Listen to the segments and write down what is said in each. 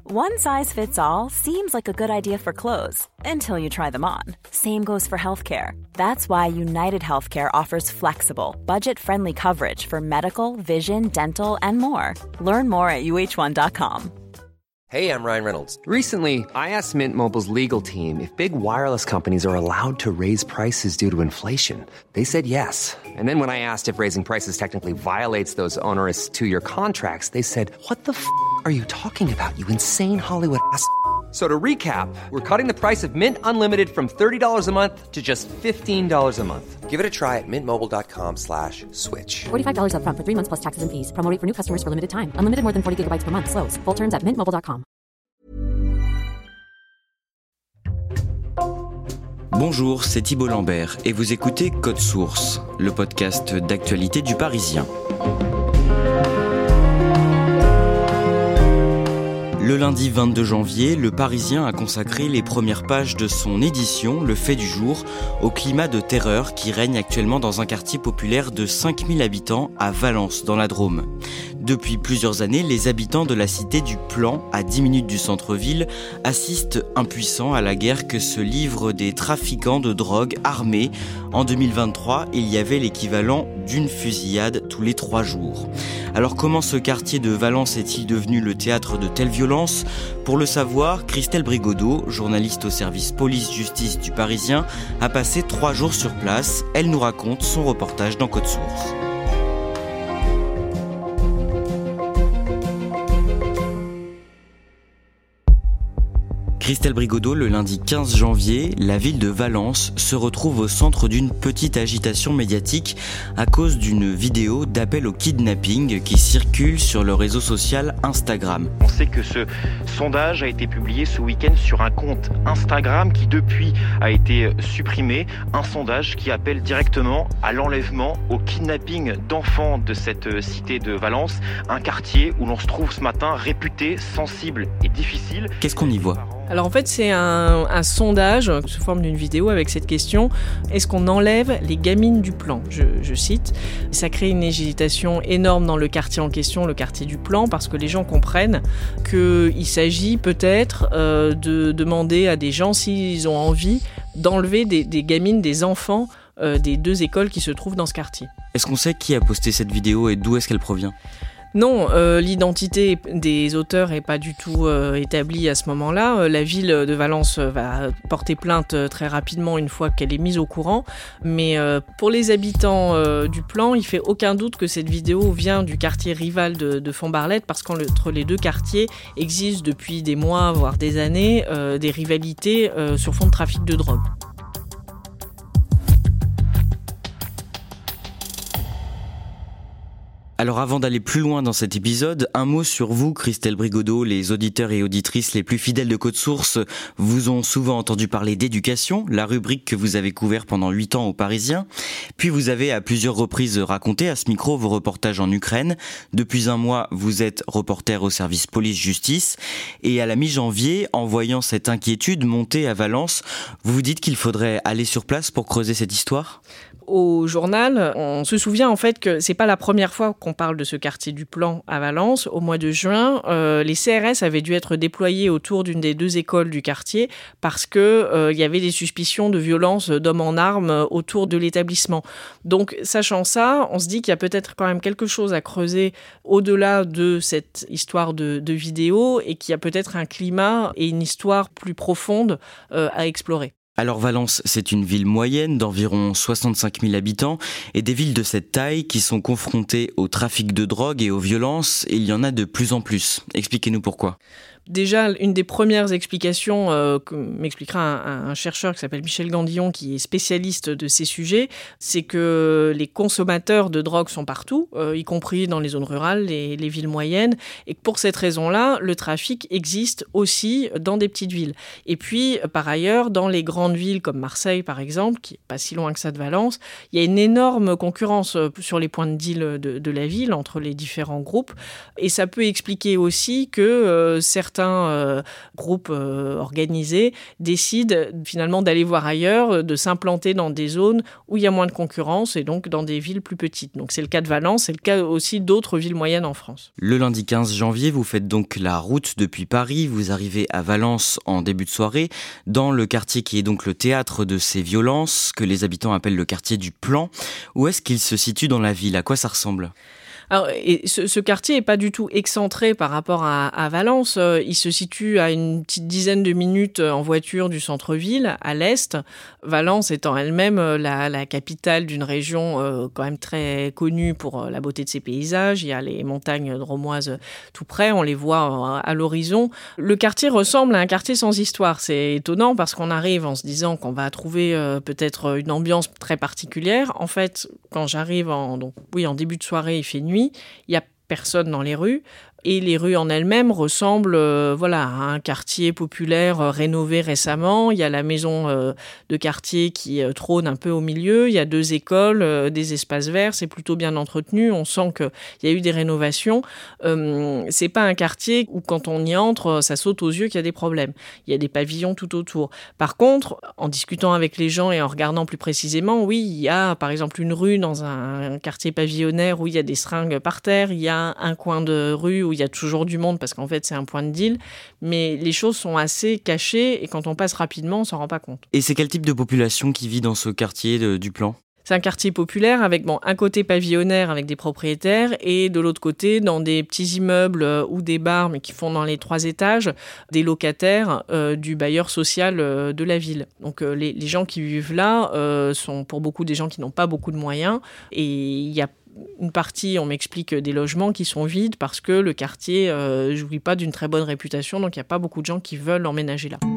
One size fits all seems like a good idea for clothes until you try them on. Same goes for healthcare. That's why United Healthcare offers flexible, budget-friendly coverage for medical, vision, dental, and more. Learn more at uh1.com. Hey, I'm Ryan Reynolds. Recently, I asked Mint Mobile's legal team if big wireless companies are allowed to raise prices due to inflation. They said yes. And then when I asked if raising prices technically violates those onerous two-year contracts, they said, "What the f*** are you talking about, you insane Hollywood ass?" So to recap, we're cutting the price of Mint Unlimited from $30 a month to just $15 a month. Give it a try at mintmobile.com/switch. $45 up front for 3 months plus taxes and fees. Promo rate for new customers for limited time. Unlimited more than 40 gigabytes per month. Slows full terms at mintmobile.com. Bonjour, c'est Thibault Lambert et vous écoutez Code Source, le podcast d'actualité du Parisien. Le lundi 22 janvier, le Parisien a consacré les premières pages de son édition, Le Fait du jour, au climat de terreur qui règne actuellement dans un quartier populaire de 5000 habitants à Valence, dans la Drôme. Depuis plusieurs années, les habitants de la cité du Plan, à 10 minutes du centre-ville, assistent impuissants à la guerre que se livrent des trafiquants de drogue armés. En 2023, il y avait l'équivalent d'une fusillade tous les 3 jours. Alors comment ce quartier de Valence est-il devenu le théâtre de telles violences ? Pour le savoir, Christelle Brigodeau, journaliste au service police-justice du Parisien, a passé 3 jours sur place. Elle nous raconte son reportage dans Code Source. Christelle Brigodeau, le lundi 15 janvier, la ville de Valence se retrouve au centre d'une petite agitation médiatique à cause d'une vidéo d'appel au kidnapping qui circule sur le réseau social Instagram. On sait que ce sondage a été publié ce week-end sur un compte Instagram qui depuis a été supprimé. Un sondage qui appelle directement à l'enlèvement, au kidnapping d'enfants de cette cité de Valence, un quartier où l'on se trouve ce matin réputé, sensible et difficile. Qu'est-ce qu'on y voit ? Alors en fait c'est un sondage sous forme d'une vidéo avec cette question: est-ce qu'on enlève les gamines du Plan ? Je cite. Ça crée une agitation énorme dans le quartier en question, le quartier du Plan, parce que les gens comprennent qu'il s'agit peut-être de demander à des gens s'ils ont envie d'enlever des gamines, des enfants des 2 écoles qui se trouvent dans ce quartier. Est-ce qu'on sait qui a posté cette vidéo et d'où est-ce qu'elle provient ? Non, l'identité des auteurs n'est pas du tout établie à ce moment-là. La ville de Valence va porter plainte très rapidement une fois qu'elle est mise au courant. Mais pour les habitants du Plan, il ne fait aucun doute que cette vidéo vient du quartier rival de Font-Barlette, parce qu'entre les 2 quartiers existent depuis des mois, voire des années, des rivalités sur fond de trafic de drogue. Alors avant d'aller plus loin dans cet épisode, un mot sur vous, Christelle Brigodeau. Les auditeurs et auditrices les plus fidèles de Code Source vous ont souvent entendu parler d'éducation, la rubrique que vous avez couvert pendant 8 ans au Parisien. Puis vous avez à plusieurs reprises raconté à ce micro vos reportages en Ukraine. Depuis un mois, vous êtes reporter au service police-justice. Et à la mi-janvier, en voyant cette inquiétude monter à Valence, vous vous dites qu'il faudrait aller sur place pour creuser cette histoire ? Au journal, on se souvient en fait que c'est pas la première fois qu'on parle de ce quartier du Plan à Valence. Au mois de juin, les CRS avaient dû être déployés autour d'une des 2 écoles du quartier parce que il y avait des suspicions de violence d'hommes en armes autour de l'établissement. Donc, sachant ça, on se dit qu'il y a peut-être quand même quelque chose à creuser au-delà de cette histoire de vidéo et qu'il y a peut-être un climat et une histoire plus profonde à explorer. Alors Valence, c'est une ville moyenne d'environ 65 000 habitants et des villes de cette taille qui sont confrontées au trafic de drogue et aux violences, il y en a de plus en plus. Expliquez-nous pourquoi. Déjà, une des premières explications que m'expliquera un chercheur qui s'appelle Michel Gandillon, qui est spécialiste de ces sujets, c'est que les consommateurs de drogue sont partout, y compris dans les zones rurales, les villes moyennes, et que pour cette raison-là, le trafic existe aussi dans des petites villes. Et puis, par ailleurs, dans les grandes villes comme Marseille, par exemple, qui n'est pas si loin que ça de Valence, il y a une énorme concurrence sur les points de deal de la ville entre les différents groupes, et ça peut expliquer aussi que certains certains groupes organisés décident finalement d'aller voir ailleurs, de s'implanter dans des zones où il y a moins de concurrence et donc dans des villes plus petites. Donc c'est le cas de Valence, c'est le cas aussi d'autres villes moyennes en France. Le lundi 15 janvier, vous faites donc la route depuis Paris, vous arrivez à Valence en début de soirée, dans le quartier qui est donc le théâtre de ces violences, que les habitants appellent le quartier du Plan. Où est-ce qu'il se situe dans la ville ? À quoi ça ressemble ? Alors, et ce quartier n'est pas du tout excentré par rapport à Valence. Il se situe à une petite dizaine de minutes en voiture du centre-ville, à l'est. Valence étant elle-même la capitale d'une région quand même très connue pour la beauté de ses paysages. Il y a les montagnes drômoises tout près, on les voit à l'horizon. Le quartier ressemble à un quartier sans histoire. C'est étonnant parce qu'on arrive en se disant qu'on va trouver peut-être une ambiance très particulière. En fait, quand j'arrive en début de soirée, il fait nuit. Il n'y a personne dans les rues. Et les rues en elles-mêmes ressemblent à un quartier populaire rénové récemment. Il y a la maison de quartier qui trône un peu au milieu. Il y a 2 écoles, des espaces verts. C'est plutôt bien entretenu. On sent qu'il y a eu des rénovations. C'est pas un quartier où quand on y entre, ça saute aux yeux qu'il y a des problèmes. Il y a des pavillons tout autour. Par contre, en discutant avec les gens et en regardant plus précisément, oui, il y a par exemple une rue dans un quartier pavillonnaire où il y a des seringues par terre. Il y a un coin de rue où il y a toujours du monde parce qu'en fait c'est un point de deal, mais les choses sont assez cachées et quand on passe rapidement on s'en rend pas compte. Et c'est quel type de population qui vit dans ce quartier du Plan ? C'est un quartier populaire avec un côté pavillonnaire avec des propriétaires et de l'autre côté, dans des petits immeubles ou des bars, mais qui font dans les 3 étages, des locataires du bailleur social de la ville. Donc les gens qui vivent là sont pour beaucoup des gens qui n'ont pas beaucoup de moyens et il y a une partie, on m'explique, des logements qui sont vides parce que le quartier jouit pas d'une très bonne réputation, donc il n'y a pas beaucoup de gens qui veulent emménager là.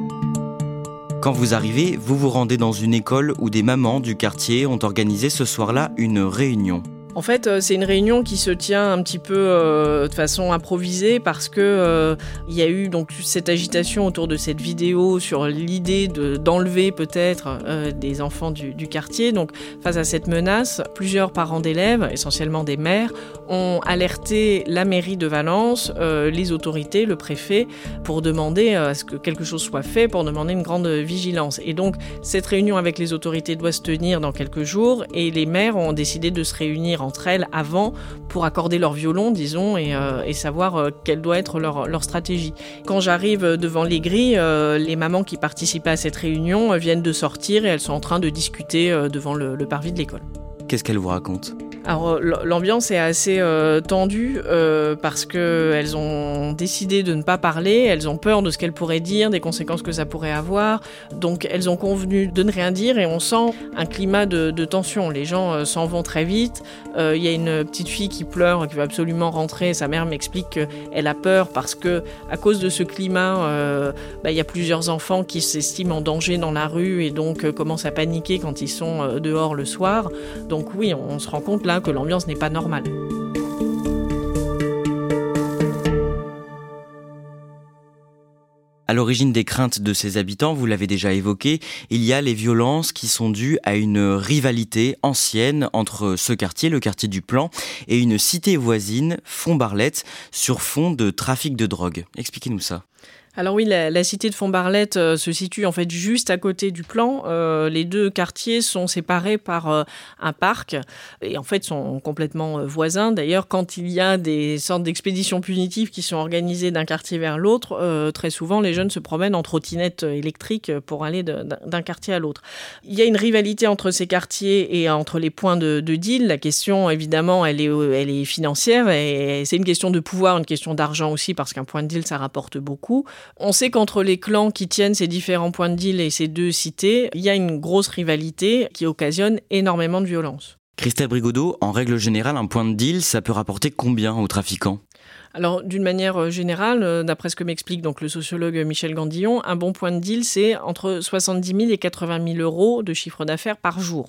Quand vous arrivez, vous vous rendez dans une école où des mamans du quartier ont organisé ce soir-là une réunion. En fait, c'est une réunion qui se tient un petit peu de façon improvisée parce que il y a eu donc cette agitation autour de cette vidéo sur l'idée d'enlever peut-être des enfants du quartier. Donc, face à cette menace, plusieurs parents d'élèves, essentiellement des mères, ont alerté la mairie de Valence, les autorités, le préfet, pour demander à ce que quelque chose soit fait, pour demander une grande vigilance. Et donc, cette réunion avec les autorités doit se tenir dans quelques jours et les maires ont décidé de se réunir entre elles avant pour accorder leur violon, disons, et savoir quelle doit être leur stratégie. Quand j'arrive devant les grilles, les mamans qui participaient à cette réunion viennent de sortir et elles sont en train de discuter devant le parvis de l'école. Qu'est-ce qu'elles vous racontent ? Alors l'ambiance est assez tendue parce qu'elles ont décidé de ne pas parler, elles ont peur de ce qu'elles pourraient dire, des conséquences que ça pourrait avoir, donc elles ont convenu de ne rien dire et on sent un climat de tension. Les gens s'en vont très vite, il y a une petite fille qui pleure, qui veut absolument rentrer, sa mère m'explique qu'elle a peur parce que à cause de ce climat, il y a plusieurs enfants qui s'estiment en danger dans la rue et donc commencent à paniquer quand ils sont dehors le soir. Donc oui, on se rend compte là que l'ambiance n'est pas normale. À l'origine des craintes de ces habitants, vous l'avez déjà évoqué, il y a les violences qui sont dues à une rivalité ancienne entre ce quartier, le quartier du Plan, et une cité voisine, Font-Barlette, sur fond de trafic de drogue. Expliquez-nous ça. Alors oui, la cité de Font-Barlette se situe en fait juste à côté du Plan. Les 2 quartiers sont séparés par un parc et en fait sont complètement voisins. D'ailleurs, quand il y a des sortes d'expéditions punitives qui sont organisées d'un quartier vers l'autre, très souvent les jeunes se promènent en trottinette électrique pour aller d'un quartier à l'autre. Il y a une rivalité entre ces quartiers et entre les points de deal. La question, évidemment, elle est financière et c'est une question de pouvoir, une question d'argent aussi parce qu'un point de deal, ça rapporte beaucoup. On sait qu'entre les clans qui tiennent ces différents points de deal et ces 2 cités, il y a une grosse rivalité qui occasionne énormément de violence. Christelle Brigodeau, en règle générale, un point de deal, ça peut rapporter combien aux trafiquants ? Alors, d'une manière générale, d'après ce que m'explique donc le sociologue Michel Gandillon, un bon point de deal, c'est entre 70 000 et 80 000 euros de chiffre d'affaires par jour.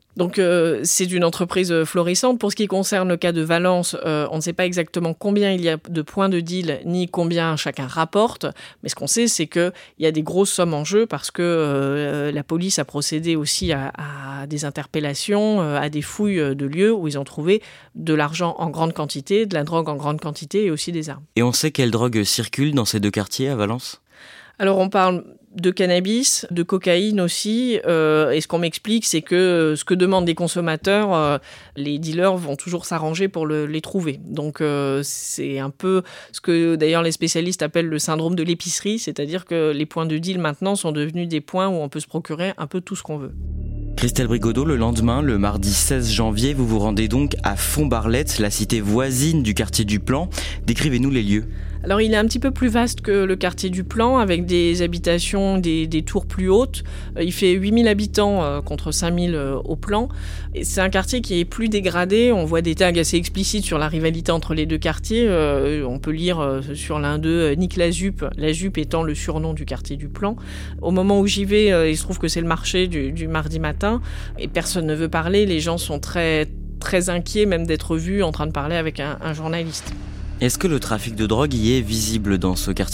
Donc c'est une entreprise florissante. Pour ce qui concerne le cas de Valence, on ne sait pas exactement combien il y a de points de deal ni combien chacun rapporte. Mais ce qu'on sait, c'est qu'il y a des grosses sommes en jeu parce que la police a procédé aussi à des interpellations, à des fouilles de lieux où ils ont trouvé de l'argent en grande quantité, de la drogue en grande quantité et aussi des armes. Et on sait quelle drogue circule dans ces deux quartiers à Valence ? Alors on parle de cannabis, de cocaïne aussi, et ce qu'on m'explique, c'est que ce que demandent les consommateurs, les dealers vont toujours s'arranger pour les trouver. Donc c'est un peu ce que d'ailleurs les spécialistes appellent le syndrome de l'épicerie, c'est-à-dire que les points de deal maintenant sont devenus des points où on peut se procurer un peu tout ce qu'on veut. Christelle Brigodeau, le lendemain, le mardi 16 janvier, vous vous rendez donc à Font-Barlette, la cité voisine du quartier du Plan. Décrivez-nous les lieux. Alors il est un petit peu plus vaste que le quartier du Plan, avec des habitations, des tours plus hautes. Il fait 8000 habitants contre 5000 au Plan. Et c'est un quartier qui est plus dégradé. On voit des tags assez explicites sur la rivalité entre les deux quartiers. On peut lire sur l'un d'eux « Nique la Jupe », la Jupe étant le surnom du quartier du Plan. Au moment où j'y vais, il se trouve que c'est le marché du mardi matin et personne ne veut parler. Les gens sont très, très inquiets même d'être vus en train de parler avec un journaliste. Est-ce que le trafic de drogue y est visible dans ce quartier-là ?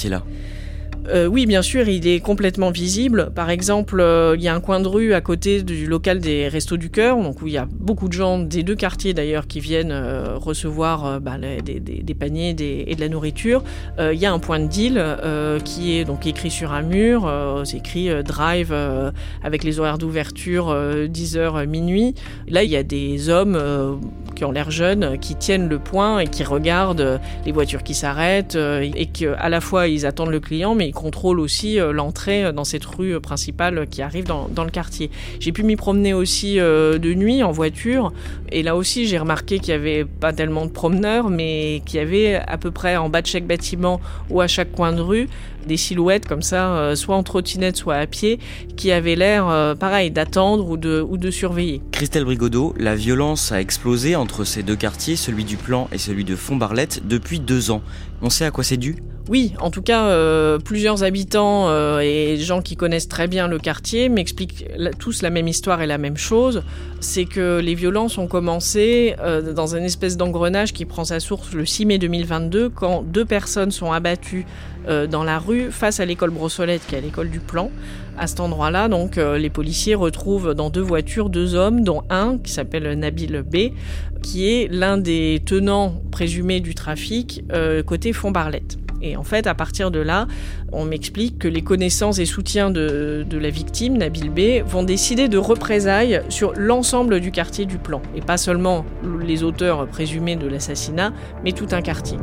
Oui, bien sûr, il est complètement visible. Par exemple, il y a un coin de rue à côté du local des Restos du Cœur, donc où il y a beaucoup de gens des deux quartiers d'ailleurs qui viennent recevoir des paniers et de la nourriture. Il y a un point de deal qui est donc écrit sur un mur. C'est écrit Drive avec les horaires d'ouverture 10h minuit. Là, il y a des hommes qui ont l'air jeunes, qui tiennent le point et qui regardent les voitures qui s'arrêtent et qu'à la fois ils attendent le client, mais ils contrôlent aussi l'entrée dans cette rue principale qui arrive dans le quartier. J'ai pu m'y promener aussi de nuit en voiture et là aussi j'ai remarqué qu'il n'y avait pas tellement de promeneurs, mais qu'il y avait à peu près en bas de chaque bâtiment ou à chaque coin de rue des silhouettes comme ça, soit en trottinette, soit à pied, qui avaient l'air, pareil, d'attendre ou de surveiller. Christelle Brigodeau, la violence a explosé entre ces deux quartiers, celui du Plan et celui de Font-Barlette, depuis 2 ans. On sait à quoi c'est dû ? Oui, en tout cas, plusieurs habitants et gens qui connaissent très bien le quartier m'expliquent tous la même histoire et la même chose. C'est que les violences ont commencé dans une espèce d'engrenage qui prend sa source le 6 mai 2022, quand 2 personnes sont abattues dans la rue face à l'école Brossolette, qui est à l'école du Plan. À cet endroit-là, donc, les policiers retrouvent dans 2 voitures 2 hommes, dont un qui s'appelle Nabil B, qui est l'un des tenants présumés du trafic côté Font-Barlette. Et en fait, à partir de là, on m'explique que les connaissances et soutiens de la victime, Nabil B, vont décider de représailles sur l'ensemble du quartier du Plan. Et pas seulement les auteurs présumés de l'assassinat, mais tout un quartier.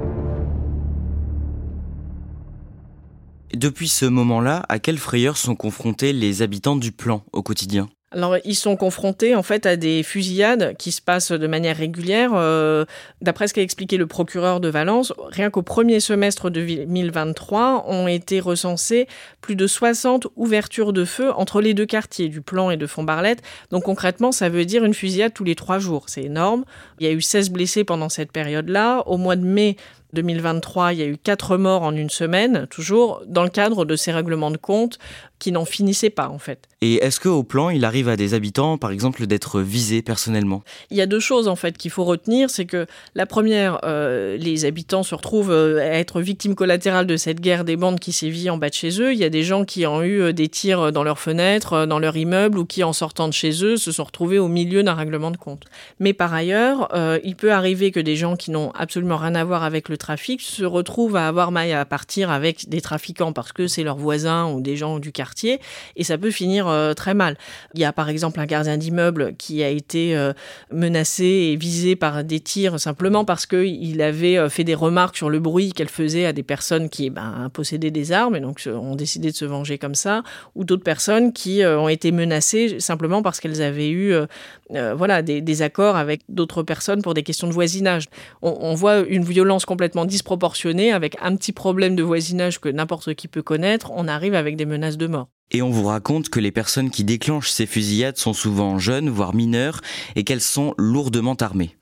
Depuis ce moment-là, à quelle frayeur sont confrontés les habitants du Plan au quotidien ? Alors, ils sont confrontés en fait à des fusillades qui se passent de manière régulière. D'après ce qu'a expliqué le procureur de Valence, rien qu'au premier semestre de 2023, ont été recensées plus de 60 ouvertures de feu entre les deux quartiers, du Plan et de Font-Barlette. Donc concrètement, ça veut dire une fusillade tous les 3 jours. C'est énorme. Il y a eu 16 blessés pendant cette période-là. Au mois de mai 2023, il y a eu 4 morts en une semaine, toujours dans le cadre de ces règlements de compte qui n'en finissaient pas en fait. Et est-ce qu'au Plan, il arrive à des habitants, par exemple, d'être visés personnellement ? Il y a 2 choses en fait qu'il faut retenir, c'est que la première, les habitants se retrouvent à être victimes collatérales de cette guerre des bandes qui sévit en bas de chez eux. Il y a des gens qui ont eu des tirs dans leurs fenêtres, dans leur immeuble, ou qui en sortant de chez eux se sont retrouvés au milieu d'un règlement de compte. Mais par ailleurs, il peut arriver que des gens qui n'ont absolument rien à voir avec le trafic se retrouvent à avoir maille à partir avec des trafiquants parce que c'est leurs voisins ou des gens du quartier, et ça peut finir très mal. Il y a par exemple un gardien d'immeuble qui a été menacé et visé par des tirs simplement parce qu'il avait fait des remarques sur le bruit qu'elle faisait à des personnes qui possédaient des armes et donc ont décidé de se venger comme ça, ou d'autres personnes qui ont été menacées simplement parce qu'elles avaient eu des accords avec d'autres personnes pour des questions de voisinage. On voit une violence complètement disproportionnée avec un petit problème de voisinage que n'importe qui peut connaître. On arrive avec des menaces de mort. Et on vous raconte que les personnes qui déclenchent ces fusillades sont souvent jeunes, voire mineures, et qu'elles sont lourdement armées.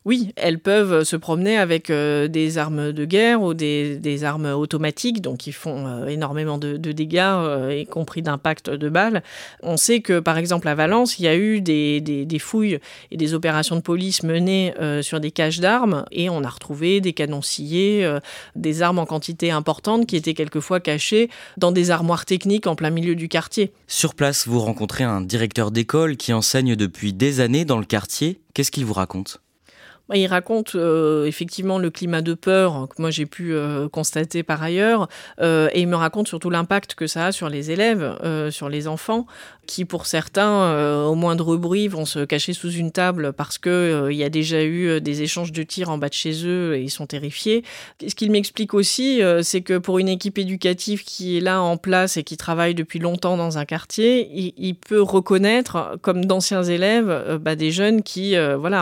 Oui, elles peuvent se promener avec des armes de guerre ou des armes automatiques, donc qui font énormément de dégâts, y compris d'impact de balles. On sait que, par exemple, à Valence, il y a eu des fouilles et des opérations de police menées sur des caches d'armes, et on a retrouvé des canons sciés, des armes en quantité importante qui étaient quelquefois cachées dans des armoires techniques en plein milieu du quartier. Sur place, vous rencontrez un directeur d'école qui enseigne depuis des années dans le quartier. Qu'est-ce qu'il vous raconte ? Il raconte effectivement le climat de peur que moi j'ai pu constater par ailleurs, et il me raconte surtout l'impact que ça a sur les élèves, sur les enfants, qui pour certains, au moindre bruit, vont se cacher sous une table parce qu'il y a déjà eu des échanges de tirs en bas de chez eux et ils sont terrifiés. Ce qu'il m'explique aussi, c'est que pour une équipe éducative qui est là en place et qui travaille depuis longtemps dans un quartier, il peut reconnaître, comme d'anciens élèves, des jeunes qui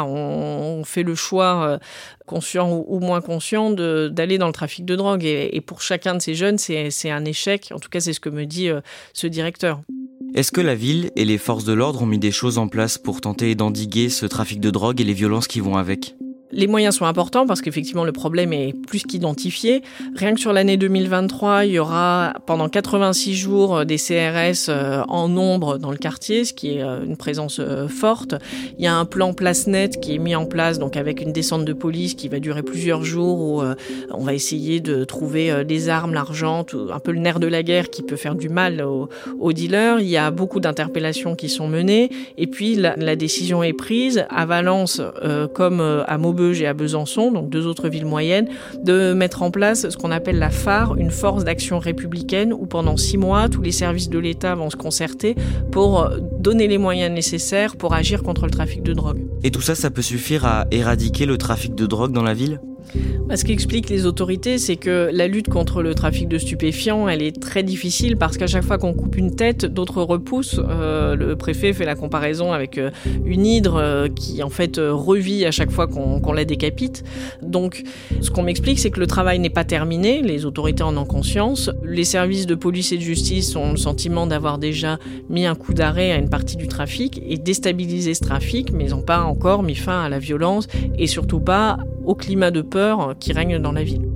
ont fait le choix conscient ou moins conscient d'aller dans le trafic de drogue. Et pour chacun de ces jeunes, c'est un échec. En tout cas, c'est ce que me dit ce directeur. Est-ce que la ville et les forces de l'ordre ont mis des choses en place pour tenter d'endiguer ce trafic de drogue et les violences qui vont avec ? Les moyens sont importants parce qu'effectivement le problème est plus qu'identifié. Rien que sur l'année 2023, il y aura pendant 86 jours des CRS en nombre dans le quartier, ce qui est une présence forte. Il y a un plan Place Nette qui est mis en place, donc avec une descente de police qui va durer plusieurs jours où on va essayer de trouver les armes, l'argent, un peu le nerf de la guerre qui peut faire du mal aux dealers. Il y a beaucoup d'interpellations qui sont menées et puis la décision est prise à Valence comme à Maubeuge et à Besançon, donc 2 autres villes moyennes, de mettre en place ce qu'on appelle la phare, une force d'action républicaine, où pendant 6 mois, tous les services de l'État vont se concerter pour donner les moyens nécessaires pour agir contre le trafic de drogue. Et tout ça, ça peut suffire à éradiquer le trafic de drogue dans la ville ? Ce qu'expliquent les autorités, c'est que la lutte contre le trafic de stupéfiants, elle est très difficile parce qu'à chaque fois qu'on coupe une tête, d'autres repoussent. Le préfet fait la comparaison avec une hydre qui en fait revit à chaque fois qu'on la décapite. Donc ce qu'on m'explique, c'est que le travail n'est pas terminé, les autorités en ont conscience. Les services de police et de justice ont le sentiment d'avoir déjà mis un coup d'arrêt à une partie du trafic et déstabilisé ce trafic, mais ils n'ont pas encore mis fin à la violence et surtout pas au climat de peur qui règne dans la ville.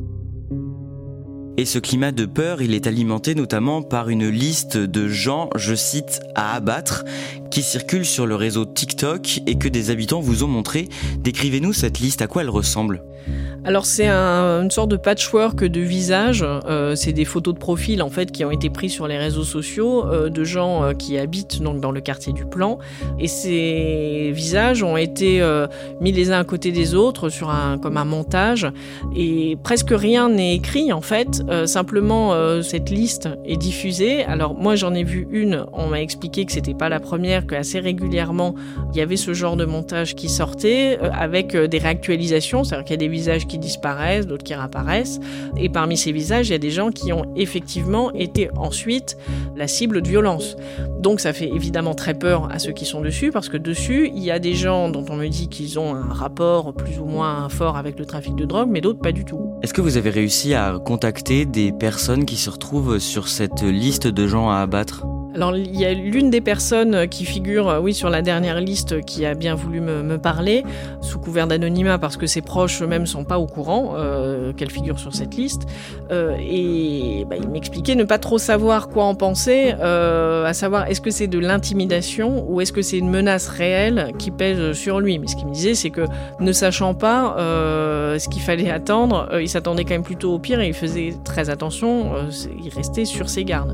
Et ce climat de peur, il est alimenté notamment par une liste de gens, je cite, à abattre, qui circule sur le réseau TikTok et que des habitants vous ont montré. Décrivez-nous cette liste, à quoi elle ressemble ? Alors c'est une sorte de patchwork de visages, c'est des photos de profil en fait qui ont été prises sur les réseaux sociaux de gens qui habitent donc dans le quartier du Plan, et ces visages ont été mis les uns à côté des autres comme un montage, et presque rien n'est écrit en fait, simplement cette liste est diffusée. Alors moi j'en ai vu une, on m'a expliqué que c'était pas la première, que assez régulièrement il y avait ce genre de montage qui sortait avec des réactualisations, c'est-à-dire qu'il y a des visages qui disparaissent, d'autres qui réapparaissent. Et parmi ces visages, il y a des gens qui ont effectivement été ensuite la cible de violences. Donc ça fait évidemment très peur à ceux qui sont dessus, parce que dessus, il y a des gens dont on me dit qu'ils ont un rapport plus ou moins fort avec le trafic de drogue, mais d'autres pas du tout. Est-ce que vous avez réussi à contacter des personnes qui se retrouvent sur cette liste de gens à abattre ? Alors, il y a l'une des personnes qui figure, sur la dernière liste qui a bien voulu me parler, sous couvert d'anonymat, parce que ses proches eux-mêmes ne sont pas au courant qu'elle figure sur cette liste. Il m'expliquait ne pas trop savoir quoi en penser, à savoir est-ce que c'est de l'intimidation ou est-ce que c'est une menace réelle qui pèse sur lui. Mais ce qu'il me disait, c'est que ne sachant pas ce qu'il fallait attendre, il s'attendait quand même plutôt au pire et il faisait très attention, il restait sur ses gardes.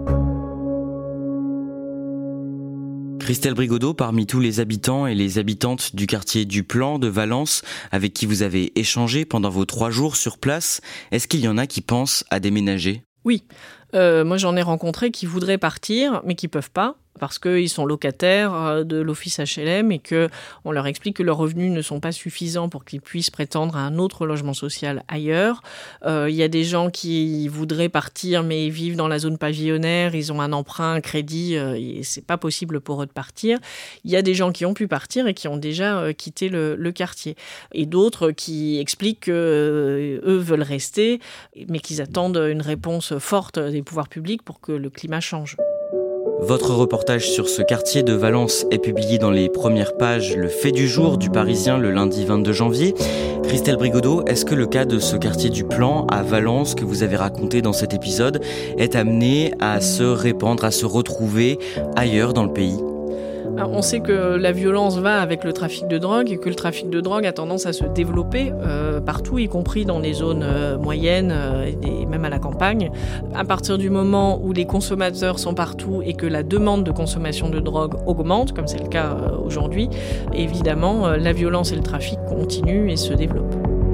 Christelle Brigodeau, parmi tous les habitants et les habitantes du quartier du Plan de Valence, avec qui vous avez échangé pendant vos 3 jours sur place, est-ce qu'il y en a qui pensent à déménager ? Oui, moi j'en ai rencontré qui voudraient partir, mais qui peuvent pas, parce qu'ils sont locataires de l'office HLM et qu'on leur explique que leurs revenus ne sont pas suffisants pour qu'ils puissent prétendre à un autre logement social ailleurs. Il y a des gens qui voudraient partir, mais ils vivent dans la zone pavillonnaire, ils ont un emprunt, un crédit, et c'est pas possible pour eux de partir. Il y a des gens qui ont pu partir et qui ont déjà quitté le quartier. Et d'autres qui expliquent qu'eux veulent rester, mais qu'ils attendent une réponse forte des pouvoirs publics pour que le climat change. Votre reportage sur ce quartier de Valence est publié dans les premières pages Le Fait du jour du Parisien le lundi 22 janvier. Christelle Brigodeau, est-ce que le cas de ce quartier du Plan à Valence que vous avez raconté dans cet épisode est amené à se répandre, à se retrouver ailleurs dans le pays ? On sait que la violence va avec le trafic de drogue et que le trafic de drogue a tendance à se développer partout, y compris dans les zones moyennes et même à la campagne. À partir du moment où les consommateurs sont partout et que la demande de consommation de drogue augmente, comme c'est le cas aujourd'hui, évidemment, la violence et le trafic continuent et se développent.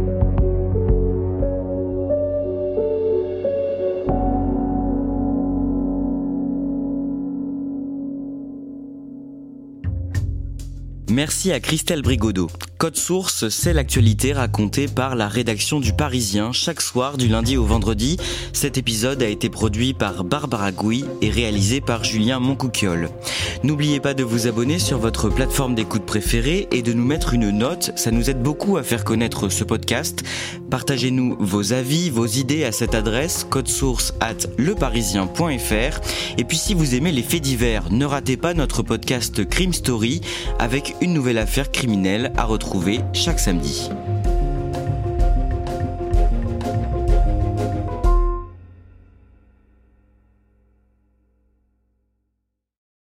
Merci à Christelle Brigodeau. Code Source, c'est l'actualité racontée par la rédaction du Parisien chaque soir du lundi au vendredi. Cet épisode a été produit par Barbara Gouy et réalisé par Julien Moncouquiol. N'oubliez pas de vous abonner sur votre plateforme d'écoute préférée et de nous mettre une note, ça nous aide beaucoup à faire connaître ce podcast. Partagez-nous vos avis, vos idées à cette adresse codesource@leparisien.fr. Et puis si vous aimez les faits divers, ne ratez pas notre podcast Crime Story avec une nouvelle affaire criminelle à retrouver chaque samedi.